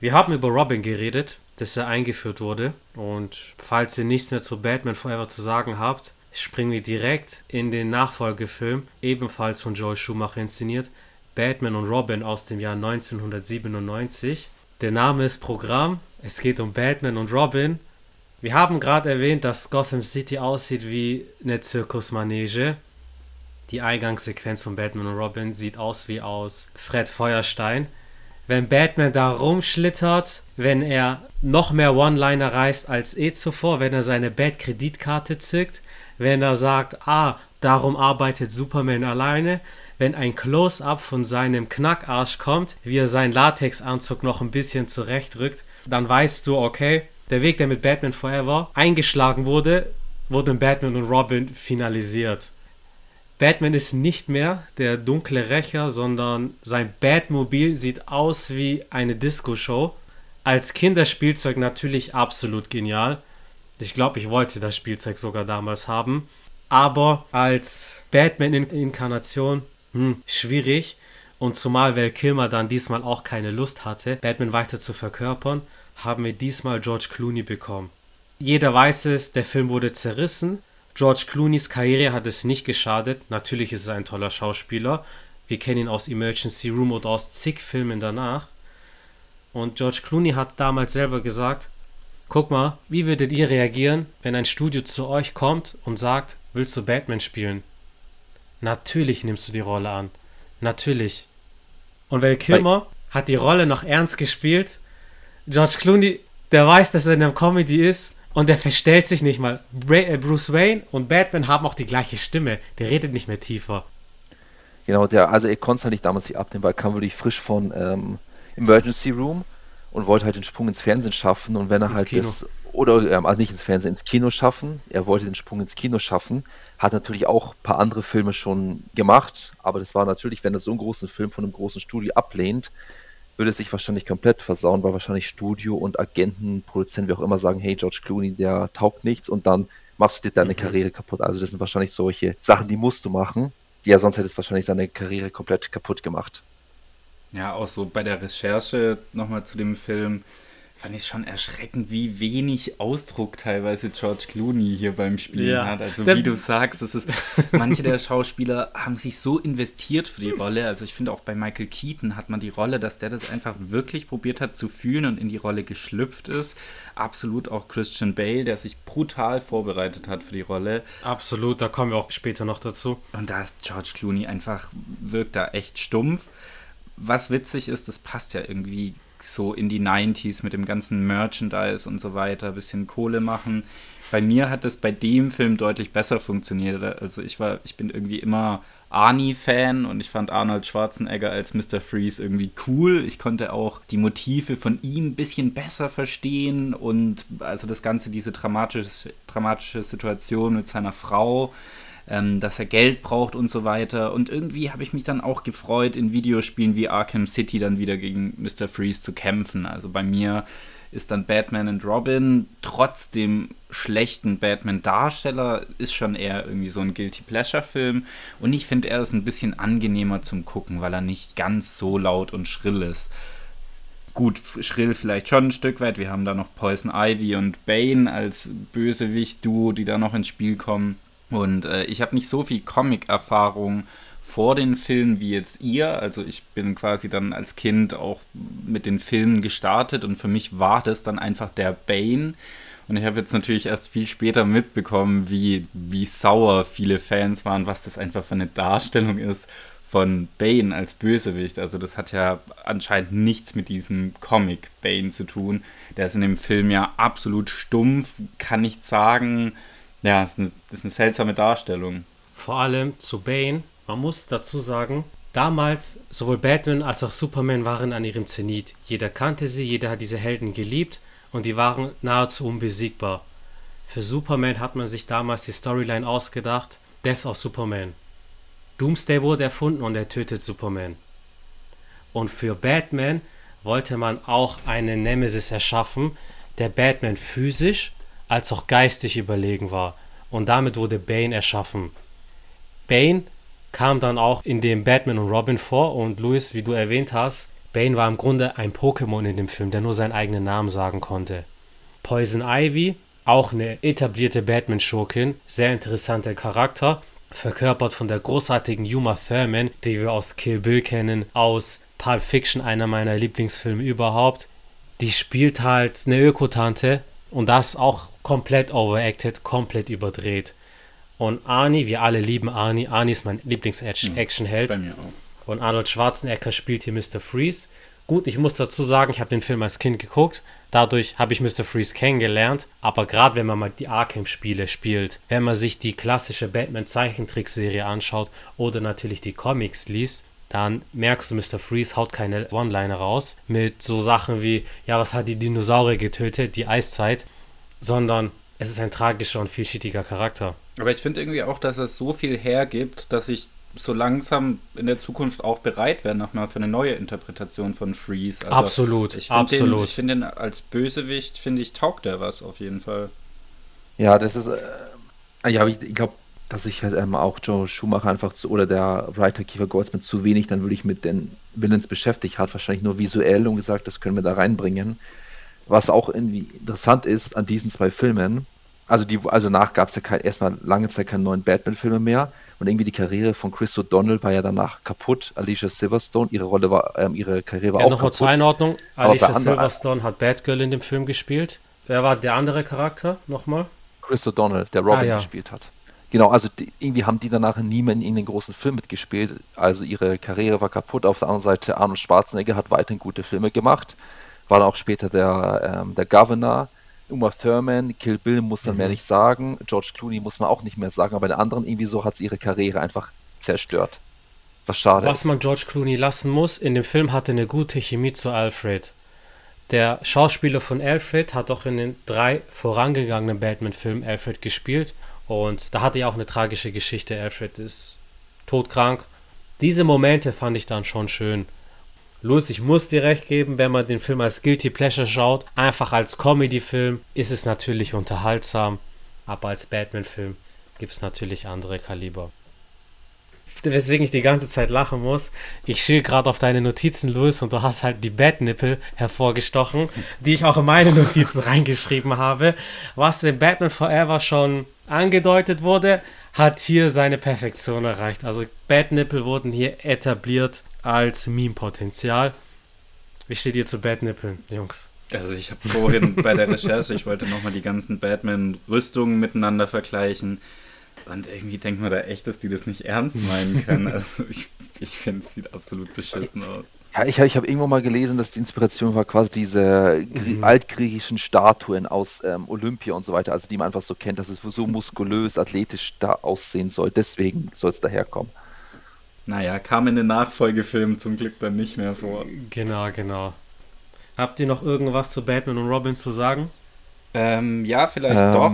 Wir haben über Robin geredet, dass er eingeführt wurde. Und falls ihr nichts mehr zu Batman Forever zu sagen habt, springen wir direkt in den Nachfolgefilm, ebenfalls von Joel Schumacher inszeniert, Batman und Robin aus dem Jahr 1997. Der Name ist Programm, es geht um Batman und Robin. Wir haben gerade erwähnt, dass Gotham City aussieht wie eine Zirkusmanege. Die Eingangssequenz von Batman und Robin sieht aus wie aus Fred Feuerstein. Wenn Batman da rumschlittert, wenn er noch mehr One-Liner reißt als zuvor, wenn er seine Bat-Kreditkarte zückt, wenn er sagt, darum arbeitet Superman alleine, wenn ein Close-Up von seinem Knackarsch kommt, wie er seinen Latexanzug noch ein bisschen zurechtrückt, dann weißt du, okay, der Weg, der mit Batman Forever eingeschlagen wurde, wurde in Batman und Robin finalisiert. Batman ist nicht mehr der dunkle Rächer, sondern sein Batmobil sieht aus wie eine Disco-Show. Als Kinderspielzeug natürlich absolut genial. Ich glaube, ich wollte das Spielzeug sogar damals haben. Aber als Batman-Inkarnation, schwierig. Und zumal Val Kilmer dann diesmal auch keine Lust hatte, Batman weiter zu verkörpern, haben wir diesmal George Clooney bekommen. Jeder weiß es, der Film wurde zerrissen. George Clooneys Karriere hat es nicht geschadet. Natürlich ist er ein toller Schauspieler. Wir kennen ihn aus Emergency Room oder aus zig Filmen danach. Und George Clooney hat damals selber gesagt, guck mal, wie würdet ihr reagieren, wenn ein Studio zu euch kommt und sagt, willst du Batman spielen? Natürlich nimmst du die Rolle an. Natürlich. Und Val Kilmer hat die Rolle noch ernst gespielt. George Clooney, der weiß, dass er in einer Comedy ist. Und der verstellt sich nicht mal. Bruce Wayne und Batman haben auch die gleiche Stimme. Der redet nicht mehr tiefer. Genau, also er konnte es halt nicht damals nicht abnehmen, weil er kam wirklich frisch von Emergency Room und wollte halt den Sprung ins Fernsehen schaffen. Und wenn er halt Kino. also nicht ins Fernsehen, ins Kino schaffen, er wollte den Sprung ins Kino schaffen, hat natürlich auch ein paar andere Filme schon gemacht, aber das war natürlich, wenn er so einen großen Film von einem großen Studio ablehnt, würde es sich wahrscheinlich komplett versauen, weil wahrscheinlich Studio und Agenten, Produzenten, wie auch immer sagen, hey, George Clooney, der taugt nichts und dann machst du dir deine Karriere kaputt. Also das sind wahrscheinlich solche Sachen, die musst du machen. Ja, sonst hätte es wahrscheinlich seine Karriere komplett kaputt gemacht. Ja, auch so bei der Recherche nochmal zu dem Film fand ich es schon erschreckend, wie wenig Ausdruck teilweise George Clooney hier beim Spielen hat. Also wie du sagst, manche der Schauspieler haben sich so investiert für die Rolle. Also ich finde auch bei Michael Keaton hat man die Rolle, dass der das einfach wirklich probiert hat zu fühlen und in die Rolle geschlüpft ist. Absolut auch Christian Bale, der sich brutal vorbereitet hat für die Rolle. Absolut, da kommen wir auch später noch dazu. Und da ist George Clooney wirkt da echt stumpf. Was witzig ist, das passt ja irgendwie so in die 90s mit dem ganzen Merchandise und so weiter, bisschen Kohle machen. Bei mir hat es bei dem Film deutlich besser funktioniert. Also ich bin irgendwie immer Arnie-Fan und ich fand Arnold Schwarzenegger als Mr. Freeze irgendwie cool. Ich konnte auch die Motive von ihm ein bisschen besser verstehen und also das Ganze, diese dramatische Situation mit seiner Frau, dass er Geld braucht und so weiter. Und irgendwie habe ich mich dann auch gefreut, in Videospielen wie Arkham City dann wieder gegen Mr. Freeze zu kämpfen. Also bei mir ist dann Batman and Robin trotz dem schlechten Batman-Darsteller ist schon eher irgendwie so ein Guilty-Pleasure-Film. Und ich finde, er ist ein bisschen angenehmer zum Gucken, weil er nicht ganz so laut und schrill ist. Gut, schrill vielleicht schon ein Stück weit. Wir haben da noch Poison Ivy und Bane als Bösewicht-Duo, die da noch ins Spiel kommen. Und ich habe nicht so viel Comic-Erfahrung vor den Filmen wie jetzt ihr. Also ich bin quasi dann als Kind auch mit den Filmen gestartet und für mich war das dann einfach der Bane. Und ich habe jetzt natürlich erst viel später mitbekommen, wie sauer viele Fans waren, was das einfach für eine Darstellung ist von Bane als Bösewicht. Also das hat ja anscheinend nichts mit diesem Comic Bane zu tun. Der ist in dem Film ja absolut stumpf, kann nichts sagen. Ja, das ist eine seltsame Darstellung. Vor allem zu Bane, man muss dazu sagen, damals sowohl Batman als auch Superman waren an ihrem Zenit. Jeder kannte sie, jeder hat diese Helden geliebt und die waren nahezu unbesiegbar. Für Superman hat man sich damals die Storyline ausgedacht, Death of Superman. Doomsday wurde erfunden und er tötet Superman. Und für Batman wollte man auch einen Nemesis erschaffen, der Batman physisch als auch geistig überlegen war. Und damit wurde Bane erschaffen. Bane kam dann auch in dem Batman und Robin vor und Louis, wie du erwähnt hast, Bane war im Grunde ein Pokémon in dem Film, der nur seinen eigenen Namen sagen konnte. Poison Ivy, auch eine etablierte Batman-Schurkin, sehr interessanter Charakter, verkörpert von der großartigen Uma Thurman, die wir aus Kill Bill kennen, aus Pulp Fiction, einer meiner Lieblingsfilme überhaupt. Die spielt halt eine Ökotante und das auch komplett overacted, komplett überdreht. Und Arnie, wir alle lieben Arnie. Arnie ist mein Lieblings-Action-Held. Bei mir auch. Und Arnold Schwarzenegger spielt hier Mr. Freeze. Gut, ich muss dazu sagen, ich habe den Film als Kind geguckt. Dadurch habe ich Mr. Freeze kennengelernt. Aber gerade wenn man mal die Arkham-Spiele spielt, wenn man sich die klassische Batman-Zeichentrickserie anschaut oder natürlich die Comics liest, dann merkst du, Mr. Freeze haut keine One-Liner raus mit so Sachen wie, ja, was hat die Dinosaurier getötet, die Eiszeit, sondern es ist ein tragischer und vielschichtiger Charakter. Aber ich finde irgendwie auch, dass es so viel hergibt, dass ich so langsam in der Zukunft auch bereit wäre, nochmal für eine neue Interpretation von Freeze. Also absolut, ich absolut. Ich finde den als Bösewicht, finde ich, taugt er was auf jeden Fall. Ja, das ist, ja, ich glaube, dass sich halt auch Joe Schumacher einfach oder der Writer Kiefer Goldsmith zu wenig dann wirklich mit den Villains beschäftigt hat, wahrscheinlich nur visuell und gesagt, das können wir da reinbringen. Was auch irgendwie interessant ist an diesen zwei Filmen, also nach gab es ja erstmal lange Zeit keine neuen Batman-Filme mehr und irgendwie die Karriere von Chris O'Donnell war ja danach kaputt. Alicia Silverstone, ihre Karriere war Ja, auch nochmal kaputt. zur Einordnung. Aber Alicia bei anderen- Silverstone hat Batgirl in dem Film gespielt. Wer war der andere Charakter nochmal? Chris O'Donnell, der Robin ja. gespielt hat. Genau, also irgendwie haben die danach nie mehr in den großen Film mitgespielt. Also ihre Karriere war kaputt. Auf der anderen Seite, Arnold Schwarzenegger hat weiterhin gute Filme gemacht. War dann auch später der Governor. Uma Thurman, Kill Bill muss man mehr nicht sagen. George Clooney muss man auch nicht mehr sagen. Aber bei den anderen irgendwie so hat sie ihre Karriere einfach zerstört. Was schade Was ist. man George Clooney lassen muss, in dem Film hatte eine gute Chemie zu Alfred. Der Schauspieler von Alfred hat auch in den 3 vorangegangenen Batman-Filmen Alfred gespielt. Und da hatte er auch eine tragische Geschichte. Alfred ist todkrank. Diese Momente fand ich dann schon schön. Louis, ich muss dir recht geben, wenn man den Film als Guilty Pleasure schaut, einfach als Comedy-Film, ist es natürlich unterhaltsam. Aber als Batman-Film gibt es natürlich andere Kaliber. Weswegen ich die ganze Zeit lachen muss. Ich schiel gerade auf deine Notizen, Louis, und du hast halt die Batnippel hervorgestochen, die ich auch in meine Notizen reingeschrieben habe. Was in Batman Forever schon angedeutet wurde, hat hier seine Perfektion erreicht. Also Batnippel wurden hier etabliert als Meme-Potenzial. Wie steht ihr zu Batnippeln, Jungs? Also ich habe vorhin bei der Recherche, ich wollte nochmal die ganzen Batman-Rüstungen miteinander vergleichen. Und irgendwie denkt man da echt, dass die das nicht ernst meinen können. Also ich finde, es sieht absolut beschissen aus. Ja, ich habe irgendwo mal gelesen, dass die Inspiration war quasi diese altgriechischen Statuen aus Olympia und so weiter, also die man einfach so kennt, dass es so muskulös, athletisch da aussehen soll. Deswegen soll es daherkommen. Naja, kam in den Nachfolgefilmen zum Glück dann nicht mehr vor. Genau. Habt ihr noch irgendwas zu Batman und Robin zu sagen? Ja, vielleicht doch.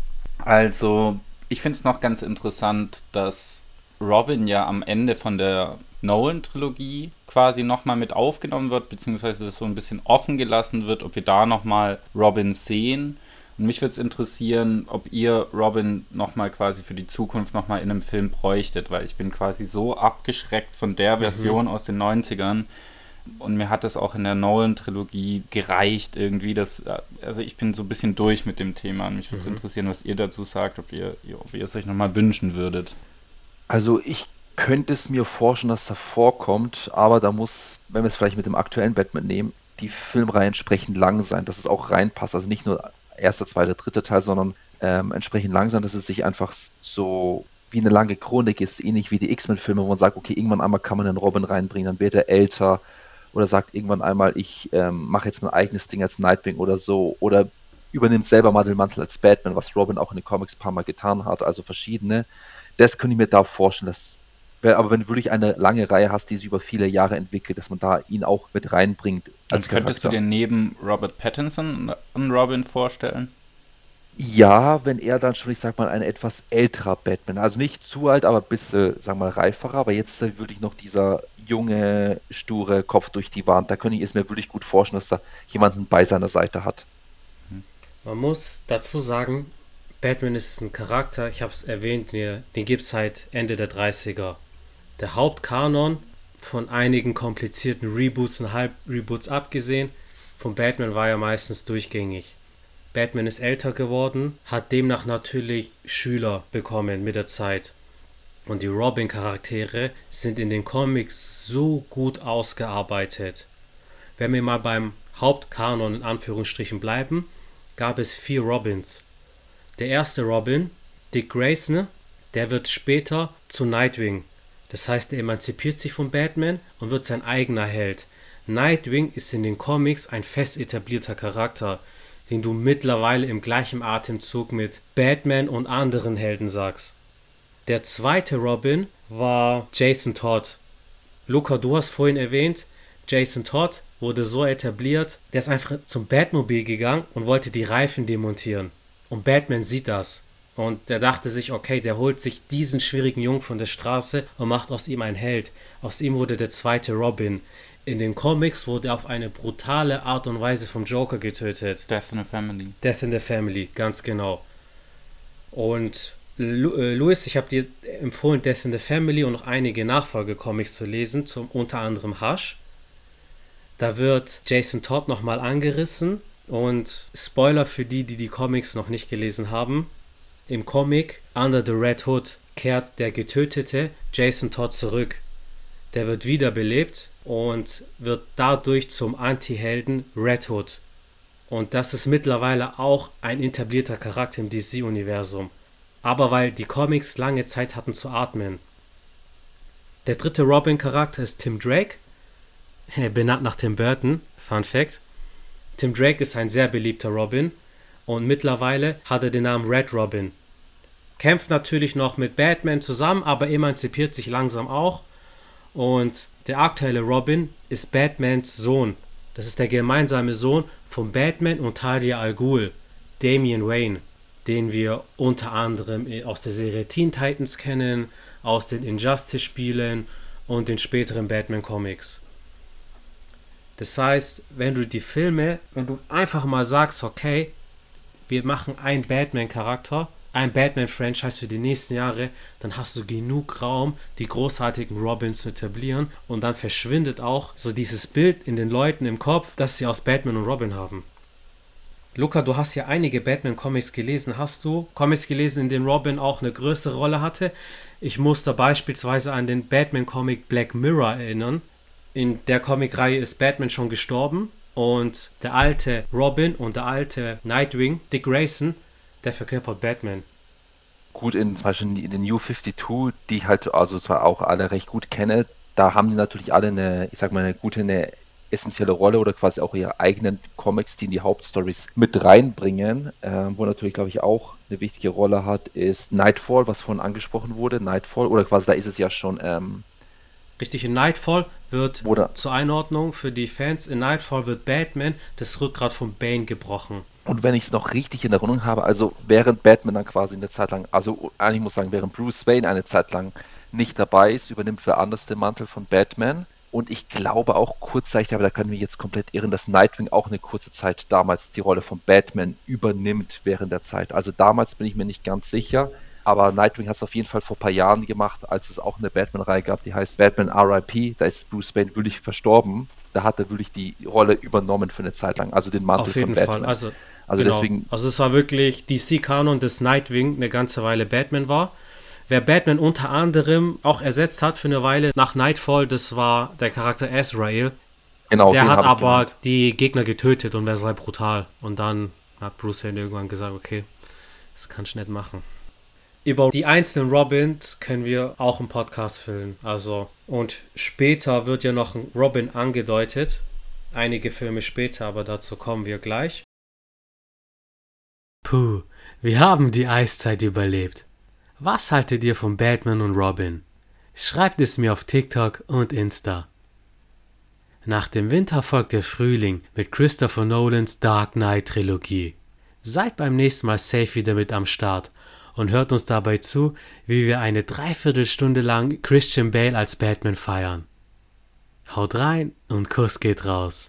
Also, ich finde es noch ganz interessant, dass Robin ja am Ende von der Nolan-Trilogie quasi nochmal mit aufgenommen wird, beziehungsweise das so ein bisschen offen gelassen wird, ob wir da nochmal Robin sehen. Und mich würde es interessieren, ob ihr Robin nochmal quasi für die Zukunft nochmal in einem Film bräuchtet, weil ich bin quasi so abgeschreckt von der Version aus den 90ern und mir hat das auch in der Nolan-Trilogie gereicht irgendwie, also ich bin so ein bisschen durch mit dem Thema und mich würde es interessieren, was ihr dazu sagt, ob ihr es euch nochmal wünschen würdet. Also ich könnte es mir vorstellen, dass da vorkommt, aber da muss, wenn wir es vielleicht mit dem aktuellen Batman nehmen, die Filmreihe entsprechend lang sein, dass es auch reinpasst, also nicht nur erster, zweiter, dritter Teil, sondern entsprechend langsam, dass es sich einfach so wie eine lange Chronik ist, ähnlich wie die X-Men-Filme, wo man sagt, okay, irgendwann einmal kann man den Robin reinbringen, dann wird er älter oder sagt irgendwann einmal, ich mache jetzt mein eigenes Ding als Nightwing oder so oder übernimmt selber mal den Mantel als Batman, was Robin auch in den Comics ein paar Mal getan hat, also verschiedene. Das könnte ich mir da vorstellen, aber wenn du wirklich eine lange Reihe hast, die sich über viele Jahre entwickelt, dass man da ihn auch mit reinbringt. Als könntest du dir neben Robert Pattinson einen Robin vorstellen? Ja, wenn er dann schon, ich sag mal, ein etwas älterer Batman, also nicht zu alt, aber ein bisschen, sag mal, reiferer, aber jetzt wirklich noch dieser junge, sture Kopf durch die Wand, da könnte ich es mir wirklich gut vorstellen, dass da jemanden bei seiner Seite hat. Man muss dazu sagen, Batman ist ein Charakter, ich habe es erwähnt, den gibt es seit Ende der 30er. Der Hauptkanon von einigen komplizierten Reboots und Halb-Reboots abgesehen, von Batman war er meistens durchgängig. Batman ist älter geworden, hat demnach natürlich Schüler bekommen mit der Zeit. Und die Robin-Charaktere sind in den Comics so gut ausgearbeitet. Wenn wir mal beim Hauptkanon in Anführungsstrichen bleiben, gab es 4 Robins. Der erste Robin, Dick Grayson, der wird später zu Nightwing. Das heißt, er emanzipiert sich von Batman und wird sein eigener Held. Nightwing ist in den Comics ein fest etablierter Charakter, den du mittlerweile im gleichen Atemzug mit Batman und anderen Helden sagst. Der zweite Robin war Jason Todd. Luca, du hast vorhin erwähnt, Jason Todd wurde so etabliert, der ist einfach zum Batmobil gegangen und wollte die Reifen demontieren. Und Batman sieht das. Und der dachte sich, okay, der holt sich diesen schwierigen Jungen von der Straße und macht aus ihm einen Held. Aus ihm wurde der zweite Robin. In den Comics wurde er auf eine brutale Art und Weise vom Joker getötet. Death in the Family. Death in the Family, ganz genau. Und Louis, ich habe dir empfohlen, Death in the Family und noch einige Nachfolgecomics zu lesen, unter anderem Hush. Da wird Jason Todd nochmal angerissen und Spoiler für die Comics noch nicht gelesen haben. Im Comic Under the Red Hood kehrt der getötete Jason Todd zurück. Der wird wiederbelebt und wird dadurch zum Anti-Helden Red Hood. Und das ist mittlerweile auch ein etablierter Charakter im DC-Universum. Aber weil die Comics lange Zeit hatten zu atmen. Der dritte Robin-Charakter ist Tim Drake, benannt nach Tim Burton, Fun Fact. Tim Drake ist ein sehr beliebter Robin und mittlerweile hat er den Namen Red Robin. Kämpft natürlich noch mit Batman zusammen, aber emanzipiert sich langsam auch. Und der aktuelle Robin ist Batmans Sohn. Das ist der gemeinsame Sohn von Batman und Talia al Ghul, Damian Wayne, den wir unter anderem aus der Serie Teen Titans kennen, aus den Injustice-Spielen und den späteren Batman-Comics. Das heißt, wenn du einfach mal sagst, okay, wir machen einen Batman-Charakter, ein Batman-Franchise für die nächsten Jahre, dann hast du genug Raum, die großartigen Robins zu etablieren und dann verschwindet auch so dieses Bild in den Leuten im Kopf, dass sie aus Batman und Robin haben. Luca, du hast ja einige Batman-Comics gelesen. Hast du Comics gelesen, in denen Robin auch eine größere Rolle hatte? Ich muss da beispielsweise an den Batman-Comic Black Mirror erinnern. In der Comicreihe ist Batman schon gestorben und der alte Robin und der alte Nightwing, Dick Grayson, der verkörpert Batman. Gut, zum Beispiel in den New 52, die ich halt also zwar auch alle recht gut kenne, da haben die natürlich alle eine essentielle Rolle oder quasi auch ihre eigenen Comics, die in die Hauptstories mit reinbringen. Wo natürlich, glaube ich, auch eine wichtige Rolle hat, ist Nightfall, was vorhin angesprochen wurde. Nightfall, oder quasi da ist es ja schon... Richtig, in Nightfall wird, zur Einordnung für die Fans, in Nightfall wird Batman das Rückgrat von Bane gebrochen. Und wenn ich es noch richtig in Erinnerung habe, also während Batman dann quasi eine Zeit lang, also eigentlich muss ich sagen, während Bruce Wayne eine Zeit lang nicht dabei ist, übernimmt wer anders den Mantel von Batman. Und ich glaube auch kurzzeitig, aber da können wir jetzt komplett irren, dass Nightwing auch eine kurze Zeit damals die Rolle von Batman übernimmt während der Zeit. Also damals bin ich mir nicht ganz sicher, aber Nightwing hat es auf jeden Fall vor ein paar Jahren gemacht, als es auch eine Batman-Reihe gab, die heißt Batman R.I.P., da ist Bruce Wayne wirklich verstorben. Da hat er wirklich die Rolle übernommen für eine Zeit lang, also den Mantel von Batman. Auf jeden Fall, also genau. Deswegen, also es war wirklich DC-Kanon, dass Nightwing eine ganze Weile Batman war. Wer Batman unter anderem auch ersetzt hat für eine Weile nach Nightfall, das war der Charakter Azrael. Genau, der hat aber die Gegner getötet und wäre sehr brutal. Und dann hat Bruce Wayne irgendwann gesagt, okay, das kannst du nicht machen. Über die einzelnen Robins können wir auch einen Podcast füllen. Und später wird ja noch ein Robin angedeutet. Einige Filme später, aber dazu kommen wir gleich. Puh, wir haben die Eiszeit überlebt. Was haltet ihr von Batman und Robin? Schreibt es mir auf TikTok und Insta. Nach dem Winter folgt der Frühling mit Christopher Nolans Dark Knight Trilogie. Seid beim nächsten Mal safe wieder mit am Start und hört uns dabei zu, wie wir eine Dreiviertelstunde lang Christian Bale als Batman feiern. Haut rein und Kuss geht raus.